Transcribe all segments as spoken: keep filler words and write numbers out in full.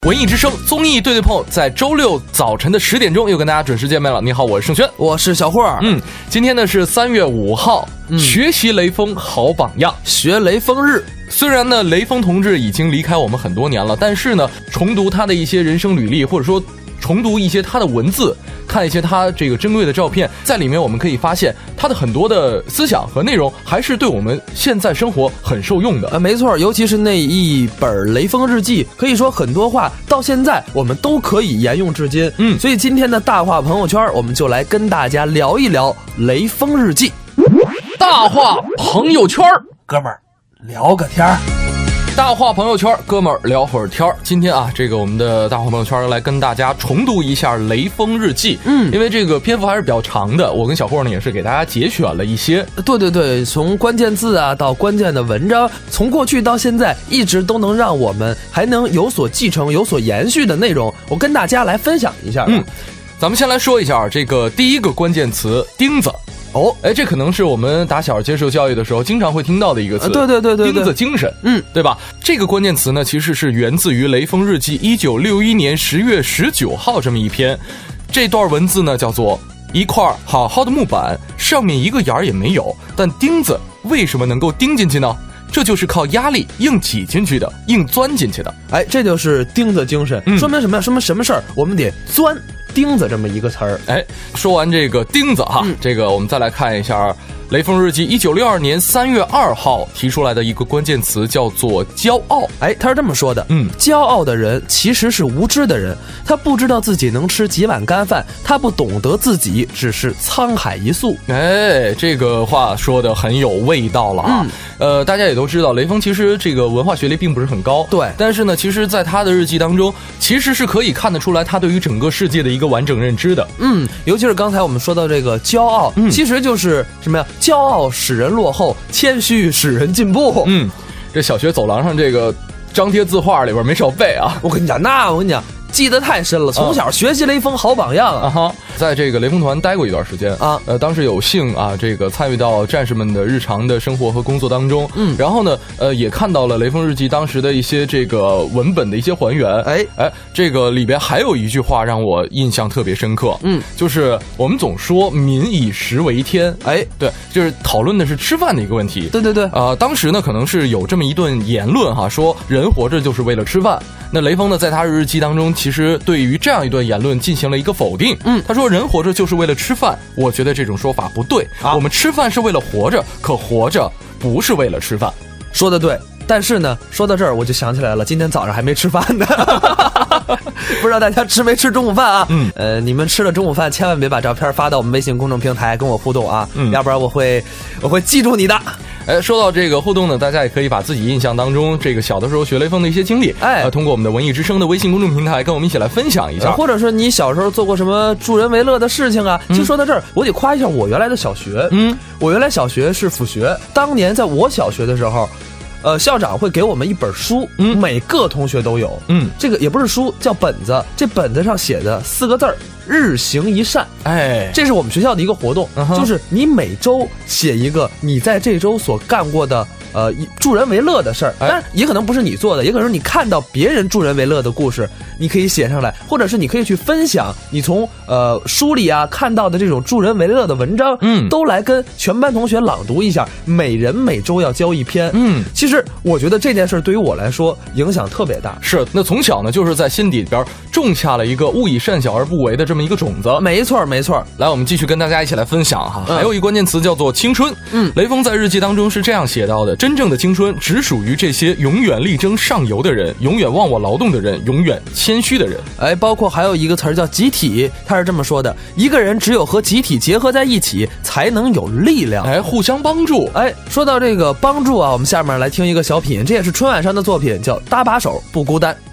文艺之声综艺对对碰在周六早晨的十点钟又跟大家准时见面了。你好，我是盛轩， 我是小霍。 嗯，今天呢是三月五号， 嗯、 学习雷锋好榜样， 学雷锋日。 虽然呢雷锋同志已经离开我们很多年了，但是呢重读他的一些人生履历，或者说重读一些他的文字，看一些他这个珍贵的照片，在里面我们可以发现他的很多的思想和内容还是对我们现在生活很受用的。 呃，没错，尤其是那一本雷锋日记，可以说很多话到现在我们都可以沿用至今。 嗯， 所以今天的大话朋友圈，我们就来跟大家聊一聊雷锋日记。 大话朋友圈， 哥们儿聊个天儿。 大话朋友圈，哥们儿聊会儿天儿。今天啊，这个我们的大话朋友圈来跟大家重读一下《雷锋日记》。嗯，因为这个篇幅还是比较长的，我跟小霍呢也是给大家节选了一些。 对对对，从关键字啊到关键的文章，从过去到现在，一直都能让我们还能有所继承、有所延续的内容，我跟大家来分享一下。 嗯，咱们先来说一下这个第一个关键词“钉子”。哦，哎，这可能是我们打小接受教育的时候经常会听到的一个词， 对对对 对, 对， 钉子精神，嗯，对吧？这个关键词呢，其实是源自于《雷锋日记》一九六一年十月十九号这么一篇。这段文字呢，叫做一块好好的木板，上面一个眼儿也没有，但钉子为什么能够钉进去呢？这就是靠压力硬挤进去的，硬钻进去的。 哎，这就是钉子精神，嗯、说明什么呀？说明什么事儿？我们得钻。钉子这么一个词儿。 哎，说完这个钉子哈，嗯、这个我们再来看一下雷锋日记一九六二年三月二号提出来的一个关键词，叫做骄傲。 哎，他是这么说的，嗯，骄傲的人其实是无知的人，他不知道自己能吃几碗干饭，他不懂得自己只是沧海一粟。 哎，这个话说的很有味道了啊。嗯、呃，大家也都知道，雷锋其实这个文化学历并不是很高， 对， 但是呢，其实在他的日记当中，其实是可以看得出来他对于整个世界的一个一个完整认知的。 嗯，尤其是刚才我们说到这个骄傲，嗯、其实就是什么呀？骄傲使人落后，谦虚使人进步。 嗯，这小学走廊上这个张贴字画里边没少背啊。 我跟你讲，那我跟你讲，记得太深了，从小学习雷锋好榜样啊！ 哈，在这个雷锋团待过一段时间啊，呃，当时有幸啊，这个参与到战士们的日常的生活和工作当中，嗯，然后呢，呃，也看到了雷锋日记当时的一些这个文本的一些还原，哎哎，这个里边还有一句话让我印象特别深刻，嗯，就是我们总说民以食为天，哎，对，就是讨论的是吃饭的一个问题， 对对对， 啊、呃，当时呢可能是有这么一顿言论哈，说人活着就是为了吃饭，那雷锋呢在他日记当中。其实对于这样一段言论进行了一个否定。嗯，他说人活着就是为了吃饭，我觉得这种说法不对。啊，我们吃饭是为了活着，可活着不是为了吃饭。 说得对，但是呢，说到这儿我就想起来了，今天早上还没吃饭呢。不知道大家吃没吃中午饭啊？嗯，呃，你们吃了中午饭，千万别把照片发到我们微信公众平台跟我互动啊，嗯，要不然我会我会记住你的。 哎，说到这个互动呢，大家也可以把自己印象当中这个小的时候学雷锋的一些经历，哎，呃，通过我们的文艺之声的微信公众平台跟我们一起来分享一下， 呃、或者说你小时候做过什么助人为乐的事情啊？嗯、其实说到这儿，我得夸一下我原来的小学，嗯，我原来小学是府学，当年在我小学的时候。呃，校长会给我们一本书，嗯，每个同学都有，嗯，这个也不是书，叫本子，这本子上写的四个字儿，日行一善，哎，这是我们学校的一个活动，嗯、就是你每周写一个你在这周所干过的。呃，助人为乐的事儿，当然也可能不是你做的，也可能是你看到别人助人为乐的故事，你可以写上来，或者是你可以去分享你从呃书里啊看到的这种助人为乐的文章，嗯，都来跟全班同学朗读一下，每人每周要交一篇，嗯，其实我觉得这件事对于我来说影响特别大。 是，那从小呢就是在心底里边种下了一个勿以善小而不为的这么一个种子。 没错没错， 来，我们继续跟大家一起来分享哈，嗯、还有一关键词叫做青春。嗯，雷锋在日记当中是这样写到的。真正的青春只属于这些永远力争上游的人，永远忘我劳动的人，永远谦虚的人。 哎，包括还有一个词儿叫集体，他是这么说的：一个人只有和集体结合在一起，才能有力量。 哎，互相帮助。 哎，说到这个帮助啊，我们下面来听一个小品，这也是春晚上的作品，叫《搭把手不孤单》。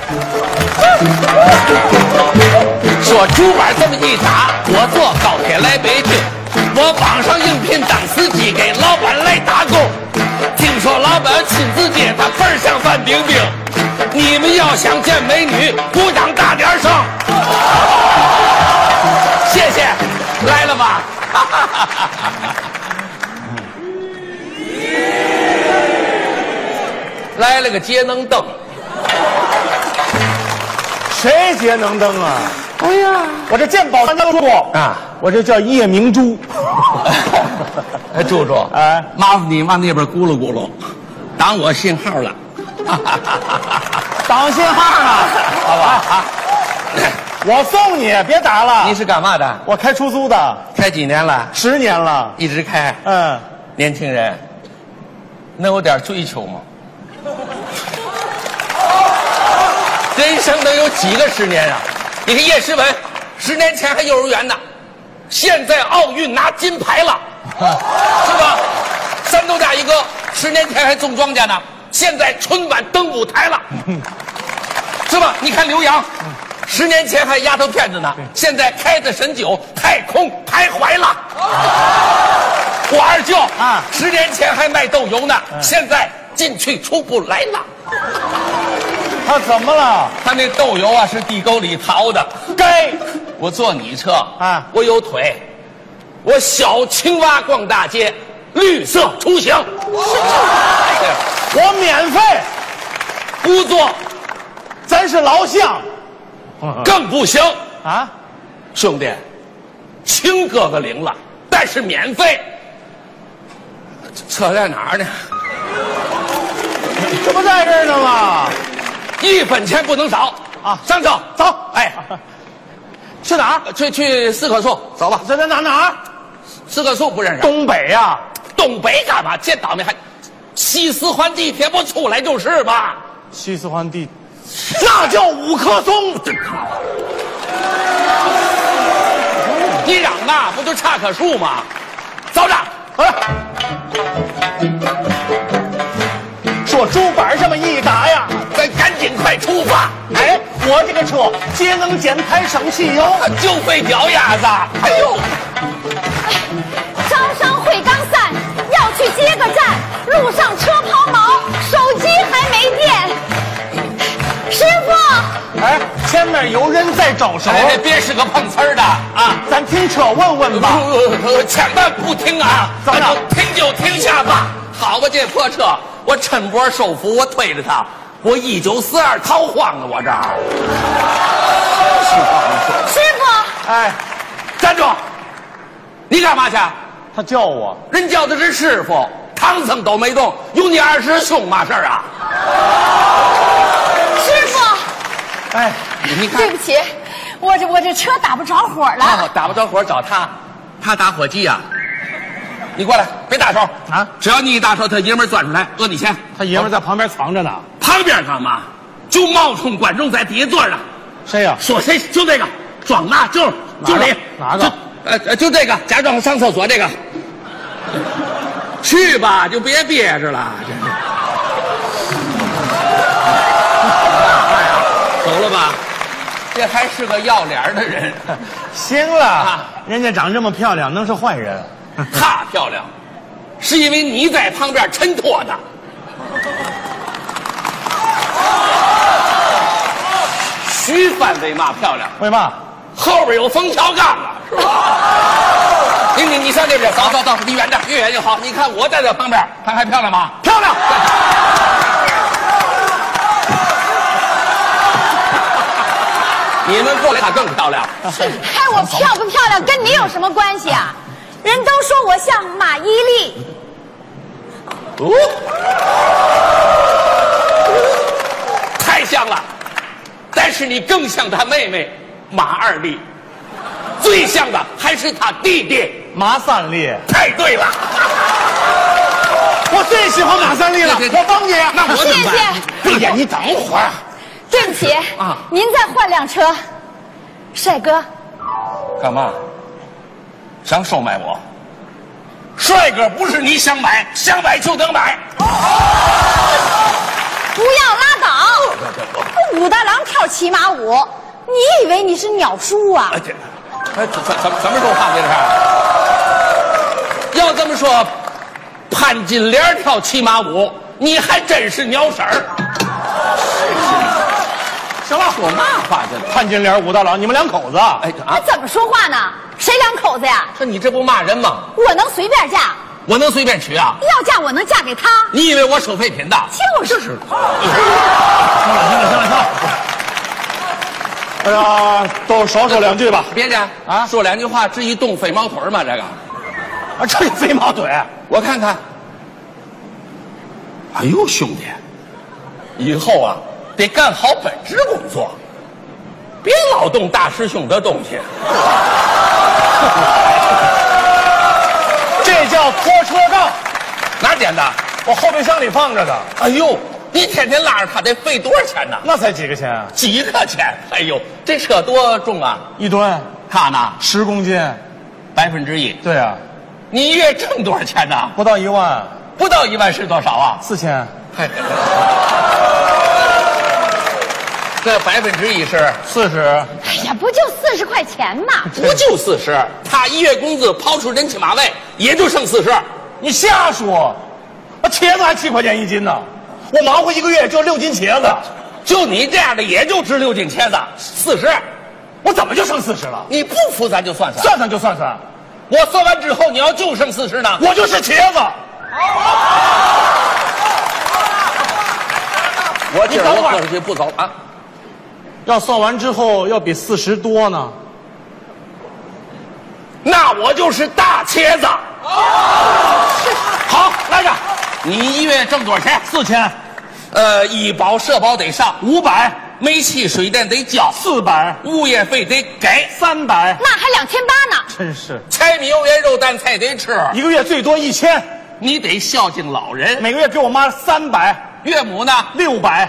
说竹板这么一打，我坐高铁来北京，我网上应聘当司机，给老板来打工。听说老板亲自接，他倍儿像范冰冰。你们要想见美女，鼓掌大点声。谢谢，来了吧？来了个节能灯。 谁节能灯啊？ 哎呀， 我这鉴宝灯珠啊，我这叫夜明珠。 哎，柱柱，哎，麻烦你往那边咕噜咕噜，挡我信号了。 挡信号了，好吧？啊，我送你，别打了。 你是干嘛的？ 我开出租的， 开几年了？ 十年了， 一直开。 嗯， 年轻人，能有点追求吗？人生能有几个十年啊？你看叶诗文，十年前还幼儿园呢，现在奥运拿金牌了，是吧？山东大一哥十年前还种庄稼呢，现在春晚登舞台了，是吧？你看刘洋，十年前还丫头片子呢，现在开着神九太空徘徊了。我二舅啊，十年前还卖豆油呢，现在进去出不来了。 他怎么了？ 他那豆油啊是地沟里淘的。 该我坐你车啊， 我有腿，我小青蛙逛大街，绿色出行。 我免费， 不坐， 咱是老乡， 更不行啊！ 兄弟，亲哥哥领了，但是免费。车在哪儿呢？ 这不在这儿呢吗？ 一分钱不能少啊！上车走，哎， 去哪儿？ 去去四棵树，走吧。 这在哪哪儿？ 四棵树不认识？ 东北呀、啊， 东北干嘛？这倒霉还西四环地铁不出来就是吧？ 西四环地，那叫五棵松。 你嚷吧，不就差棵树吗？走着， 哎。说竹板这么一打呀， 咱赶紧快出发！ 哎，我这个车节能减排省汽油， 就会脚丫子。哎呦， 招商会刚散，要去接个站，路上车抛锚，手机还没电。师傅， 哎，前面有人在招手， 哎，别是个碰瓷儿的啊！ 咱停车问问吧。 千万不停啊！ 怎么着？ 停就停下吧。好吧，这破车。我趁波受扶，我推着他，我一九四二逃荒了，我这儿。 师傅， 哎，站住！你干嘛去？ 他叫我， 人叫的是师傅，唐僧都没动，有你二师兄嘛事儿啊？ 师傅， 哎， 你看， 对不起，我这我这车打不着火了。 哦，打不着火找他，他打火机呀、啊。你过来，别打手啊！只要你一打手，他爷们儿钻出来讹你钱。 他爷们儿在旁边藏着呢。 旁边干嘛？就冒充观众在底下坐着。 谁呀、啊？ 说谁？就这个，装那就是就你哪个？ 呃呃，就这个，假装上厕所这个。去吧，就别憋着了。走了吧，这还是个要脸的人。 行了，啊、人家长这么漂亮，能是坏人？ 她漂亮，是因为你在旁边衬托的。徐帆为嘛漂亮？ 为嘛？ 后边有冯小刚啊，是吧？你你你上这边，走走走，离远点，越远越好。你看我在这旁边，她还漂亮吗？漂亮。你们过来，她更漂亮。 看我漂不漂亮，跟你有什么关系啊？人都说我像马伊琍。 哦，太像了，但是你更像他妹妹马二丽，最像的还是他弟弟马三立。 太对了， 我最喜欢马三立了。我帮你， 那我怎么办？ 谢谢。 哎呀，你等会儿。 对不起啊，您再换辆车。帅哥， 干嘛？想收买我？帅哥不是你想买，想买就能买。 不要拉倒！武大郎跳骑马舞，你以为你是鸟叔啊？ 哎，这，哎，怎怎怎么说话这是？要这么说，潘金莲跳骑马舞，你还真是鸟婶儿。 行了， 说嘛话这？ 潘金莲、武大郎，你们两口子。 哎啊， 怎么说话呢？谁两口子呀？ 这你这不骂人吗？ 我能随便嫁？ 我能随便娶啊？ 要嫁我能嫁给他？ 你以为我收废品的？ 就是。 行了行了行了行了， 哎呀，都少说两句吧。 别介啊，说两句话至于动飞毛腿吗？这个， 啊，这飞毛腿， 我看看。哎呦，兄弟，以后啊得干好本职工作，别老动大师兄的东西。 这叫拖车杠， 哪捡的？ 我后备箱里放着的。 哎呦，你天天拉着它得费多少钱呢？ 那才几个钱啊？ 几个钱？哎呦，这车多重啊？ 一吨， 它呢？ 十公斤， 百分之一。 对啊， 你一月挣多少钱呢？ 不到一万， 不到一万是多少啊？ 四千。 嗨，这百分之一是四十。 哎呀，不就四十块钱吗？ 不就四十？他一月工资刨出人情马外，也就剩四十。 你瞎说，啊，茄子还七块钱一斤呢，我忙活一个月就六斤茄子， 就你这样的，也就值六斤茄子，四十。 我怎么就剩四十了？ 你不服咱就算算， 算算就算算， 我算完之后你要就剩四十呢？ 我就是茄子。 我今儿你等会儿我喝出去不走啊！ 要算完之后要比四十多呢。 那我就是大茄子。 好，来着， 你一月挣多少钱？ 四千， 呃，医保社保得上， 五百， 煤气水电得交， 四百， 物业费得给， 三百， 那还两千八呢。 真是柴米油盐肉蛋菜得吃， 一个月最多一千， 你得孝敬老人。 每个月给我妈三百， 岳母呢？ 六百。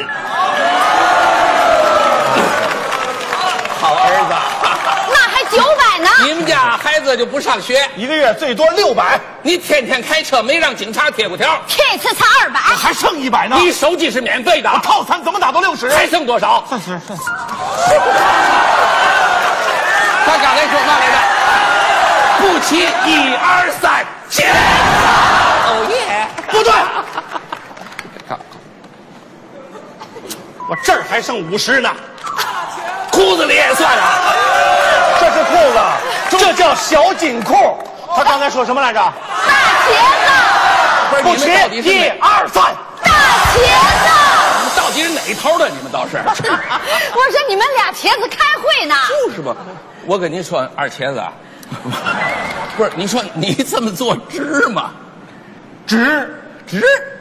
好儿子。 那还九百呢。 你们家孩子就不上学， 一个月最多六百， 你天天开车没让警察贴过条， 这次才二百。 还剩一百呢。 你手机是免费的， 套餐怎么打到六十？ 还剩多少？ 三十，三十。 他刚才说嘛来着？不齐，一二三，起来！哦耶！ 不对，我这儿还剩五十呢。 裤子里也算啊。 这是裤子，这叫小紧裤。他刚才说什么来着？ 大茄子， 不是不齐你们到底，是一哪二三。 大茄子。 你们到底是哪头的？你们倒是。 我说你们俩茄子开会呢。 就是吧，我跟你说，二茄子啊，不是你说你这么做值吗？ 值值。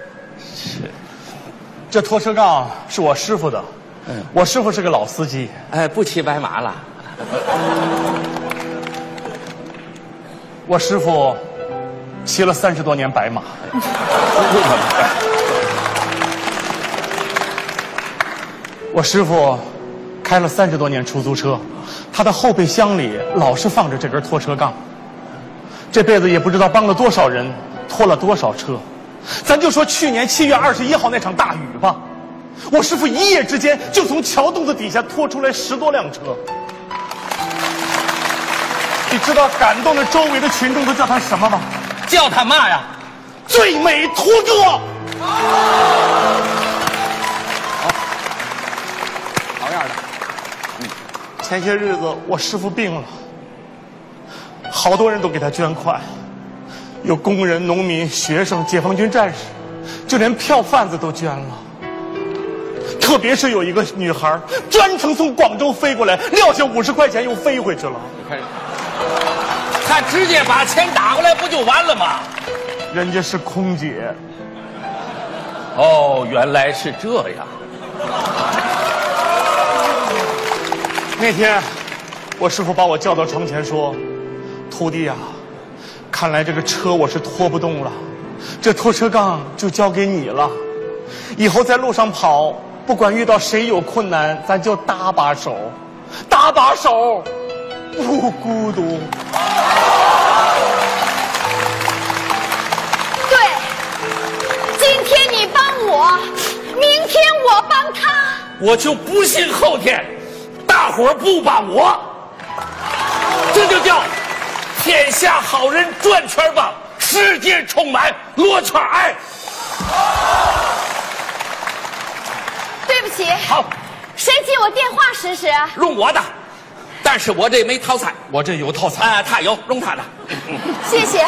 这拖车杠是我师傅的， 嗯， 我师傅是个老司机， 哎，不骑白马了。 我师傅骑了三十多年白马。我师傅开了三十多年出租车，他的后备箱里老是放着这根拖车杠。这辈子也不知道帮了多少人，拖了多少车。咱就说去年七月二十一号那场大雨吧，我师傅一夜之间就从桥洞子底下拖出来十多辆车。你知道感动的周围的群众都叫他什么吗？ 叫他嘛呀？ 最美拖哥。 好样的。 前些日子我师傅病了，好多人都给他捐款，有工人、农民、学生、解放军战士，就连票贩子都捐了。特别是有一个女孩，专程从广州飞过来，撂下五十块钱又飞回去了。 你看，他直接把钱打过来不就完了吗？ 人家是空姐。 哦，原来是这样。 那天，我师傅把我叫到床前说：“徒弟啊，看来这个车我是拖不动了，这拖车杠就交给你了。以后在路上跑，不管遇到谁有困难，咱就搭把手，搭把手，不孤独。” 对，今天你帮我，明天我帮他。 我就不信后天大伙儿不帮我，这就叫天下好人转圈帮，世界充满罗圈爱。 对不起， 好， 谁接我电话试试？ 用我的，但是我这没套餐， 我这有套餐， 啊，他有，用他的。嗯谢谢。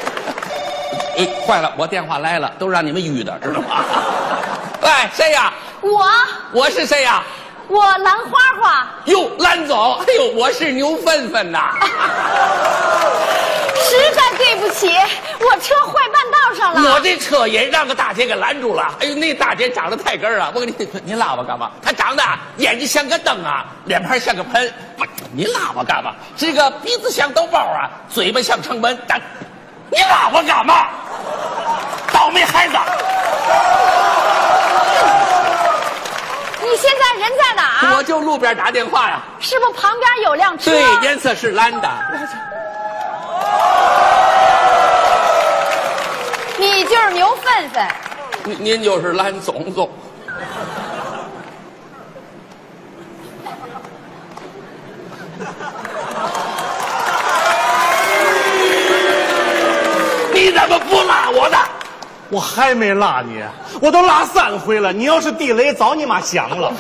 哎，坏了，我电话来了，都让你们淤的，知道吗？喂，谁呀？ 我我是谁呀、啊？ 我兰花花。 哟，兰总，哎呦，我是牛芬芬呐。 实在对不起，我车坏半道上了。 我这车也让个大姐给拦住了。哎呦，那大姐长得太根儿了，我跟你，你拉我干嘛？她长得眼睛像个灯啊，脸盘像个盆。不，你拉我干嘛？这个鼻子像豆包啊，嘴巴像城门。但你拉我干嘛？倒霉孩子！ 你现在人在哪儿？ 我就路边打电话呀。 是不是旁边有辆车？ 对，颜色是蓝的。 你就是牛芬芬， 您您就是蓝总总。你怎么不拉我呢？ 我还没拉你，我都拉三回了。你要是地雷，早你妈响了。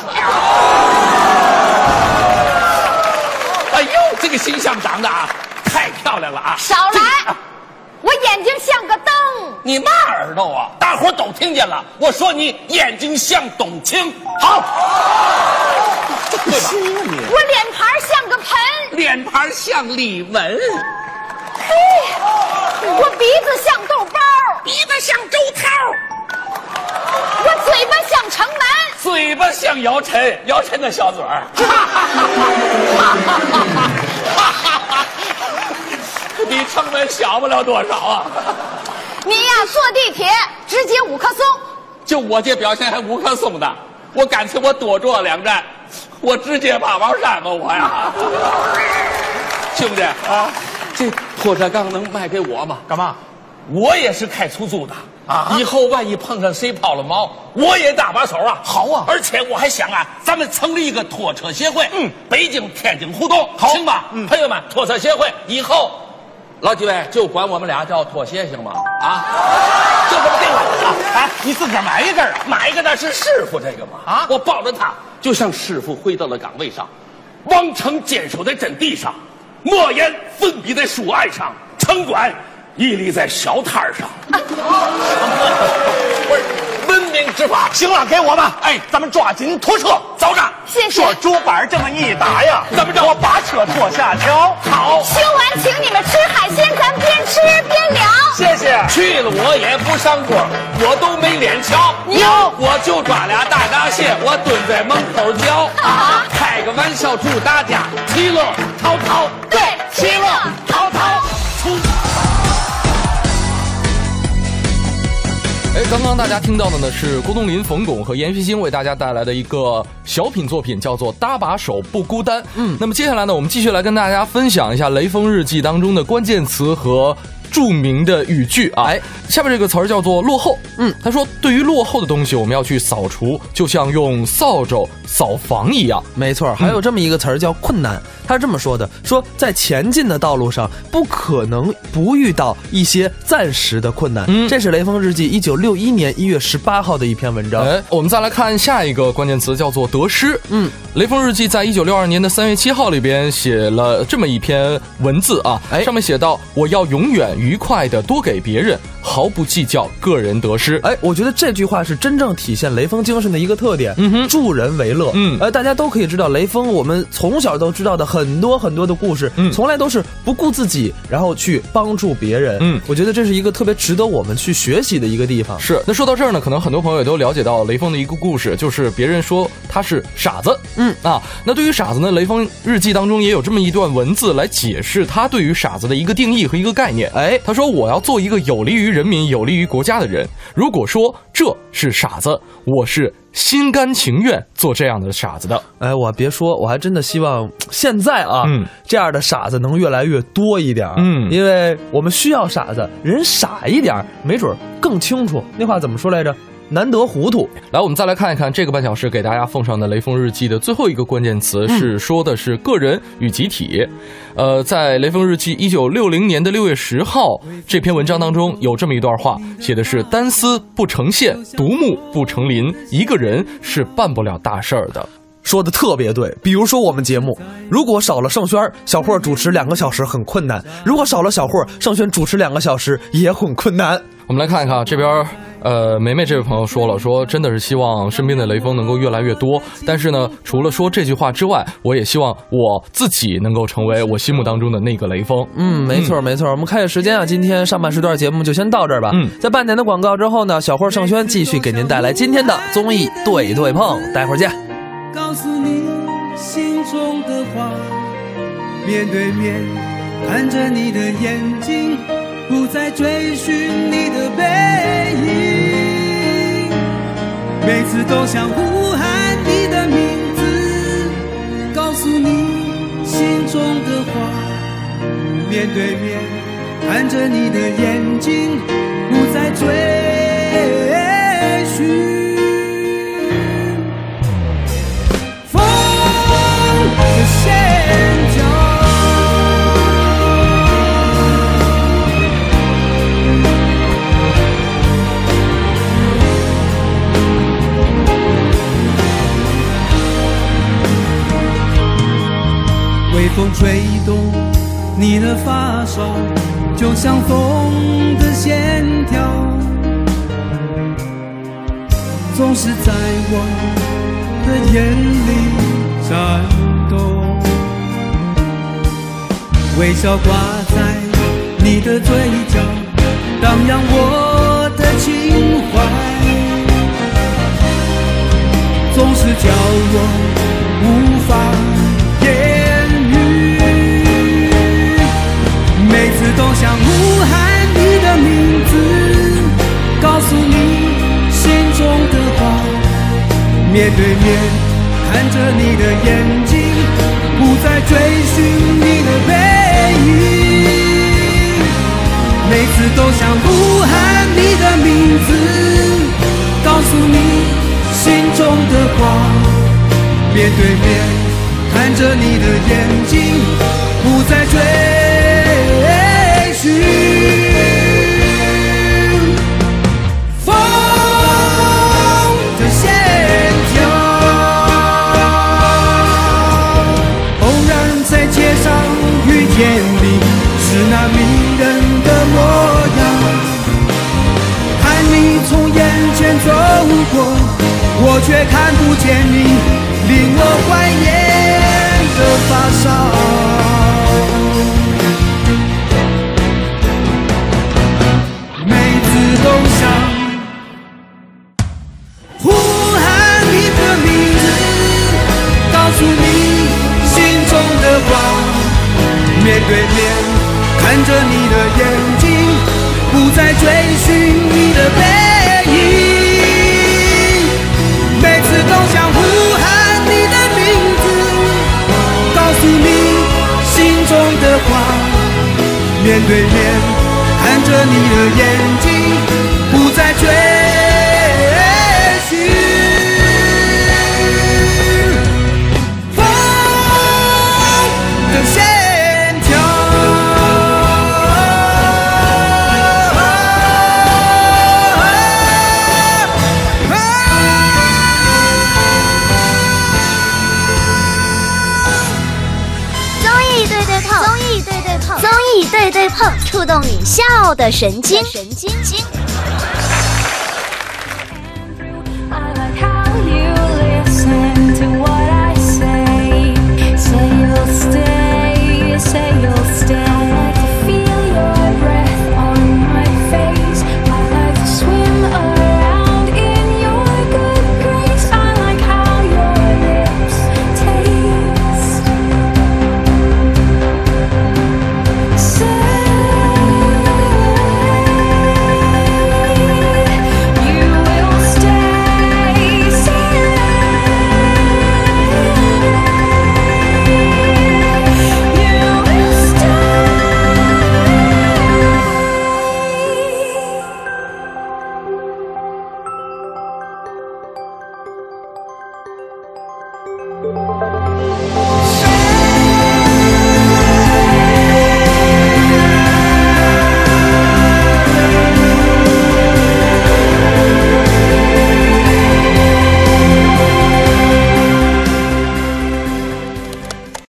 哎呦，这个形象长得啊，太漂亮了啊！ 少来！我眼睛像个灯。 你嘛耳朵啊？大伙都听见了。我说你眼睛像董卿。好，对吧？ 我脸盘像个盆。 脸盘像李玟。 嘿，我鼻子像豆包。 鼻子像周涛。 我嘴巴像城门。 嘴巴像姚晨，姚晨的小嘴儿。比城门小不了多少啊！ 你呀，坐地铁直接五棵松。 就我这表现还五棵松的，我干脆我多坐两站，我直接八宝山吧我呀！兄弟啊，这拖车杠能卖给我吗？ 干嘛？ 我也是开出租的啊！以后万一碰上谁抛了锚，我也搭把手啊！ 好啊！ 而且我还想啊，咱们成立一个拖车协会，嗯，北京天津互动， 好， 行吧？嗯，朋友们，拖车协会以后。老几位就管我们俩叫拖鞋行吗？啊，就这么定了啊！ 哎，你自个儿买一根啊？ 买一个那是师傅这个嘛啊！我抱着他，就像师傅回到了岗位上，王成坚守在阵地上，莫言奋笔在书案上，城管屹立在小摊上。不是文明执法。 行了，给我吧！哎，咱们抓紧拖车走着。 谢谢。 说竹板这么一打呀， 怎么着？ 我把车拖下桥。 好。 修完请你们吃海鲜，咱边吃边聊。 谢谢。 去了我也不上锅，我都没脸瞧。 牛。 我就抓俩大闸蟹，我蹲在门口嚼。啊！开个玩笑，祝大家其乐淘淘。 对，其乐淘淘。 哎，刚刚大家听到的呢是郭冬临、冯巩和闫旭星为大家带来的一个小品作品，叫做《搭把手不孤单》。嗯，那么接下来呢，我们继续来跟大家分享一下《雷锋日记》当中的关键词和著名的语句啊。哎，下面这个词儿叫做落后。嗯，他说，对于落后的东西，我们要去扫除，就像用扫帚扫房一样。 没错，还有这么一个词儿叫困难。他是这么说的：说在前进的道路上，不可能不遇到一些暂时的困难。嗯，这是《雷锋日记》一九六一年一月十八号的一篇文章。 哎，我们再来看下一个关键词，叫做得失。嗯，《雷锋日记》在一九六二年的三月七号里边写了这么一篇文字啊，哎，上面写到：我要永远愉快的多给别人，毫不计较个人得失。 哎，我觉得这句话是真正体现雷锋精神的一个特点。嗯哼，助人为乐。嗯，呃，大家都可以知道，雷锋我们从小都知道的很多很多的故事，嗯，从来都是不顾自己，然后去帮助别人。嗯，我觉得这是一个特别值得我们去学习的一个地方。 是。那说到这儿呢，可能很多朋友也都了解到雷锋的一个故事，就是别人说他是傻子。嗯啊，那对于傻子呢，雷锋日记当中也有这么一段文字来解释他对于傻子的一个定义和一个概念。哎，他说：我要做一个有利于人民、有利于国家的人。如果说这是傻子，我是心甘情愿做这样的傻子的。 哎，我别说，我还真的希望现在啊，嗯，这样的傻子能越来越多一点。嗯，因为我们需要傻子，人傻一点，没准更清楚。那话怎么说来着？难得糊涂。 来，我们再来看一看这个半小时给大家奉上的雷锋日记的最后一个关键词是说的是个人与集体。嗯、呃，在雷锋日记一九六零年的六月十号这篇文章当中有这么一段话，写的是单丝不成线，独木不成林，一个人是办不了大事儿的。 说的特别对，比如说我们节目，如果少了盛轩，小霍主持两个小时很困难；如果少了小霍，盛轩主持两个小时也很困难。 我们来看一看这边。呃，梅梅这位朋友说了，说真的是希望身边的雷锋能够越来越多，但是呢，除了说这句话之外，我也希望我自己能够成为我心目当中的那个雷锋。 嗯，没错、嗯、没错。我们看下时间啊，今天上半时段节目就先到这儿吧。嗯，在半点的广告之后呢，小霍盛轩继续给您带来今天的综艺对对碰，待会儿见。 告诉你心中的话，面对面看着你的眼睛，不再追寻你的背影，每次都想呼喊你的名字，告诉你心中的话，面对面看着你的眼睛，不再追寻风的线条。微风吹动你的发梢，就像风的线条，总是在我的眼里颤动。微笑挂在你的嘴角，荡漾我的情怀，总是叫我无法每次都想呼喊你的名字，告诉你心中的话，面对面看着你的眼睛，不再追寻你的背影。每次都想呼喊你的名字，告诉你心中的话，面对面看着你的眼睛，不再追寻风的线条。偶然在街上遇见你，是那迷人的模样，看你从眼前走过，我却看不见你令我怀念的发梢。都想呼喊你的名字，告诉你心中的话，面对面看着你的眼睛，不再追寻你的背影。每次都想呼喊你的名字，告诉你心中的话，面对面看着你的眼睛，不再追寻风的线条。 综艺对对碰，综艺对对碰，综艺对对碰，触动你笑的神经，神经经。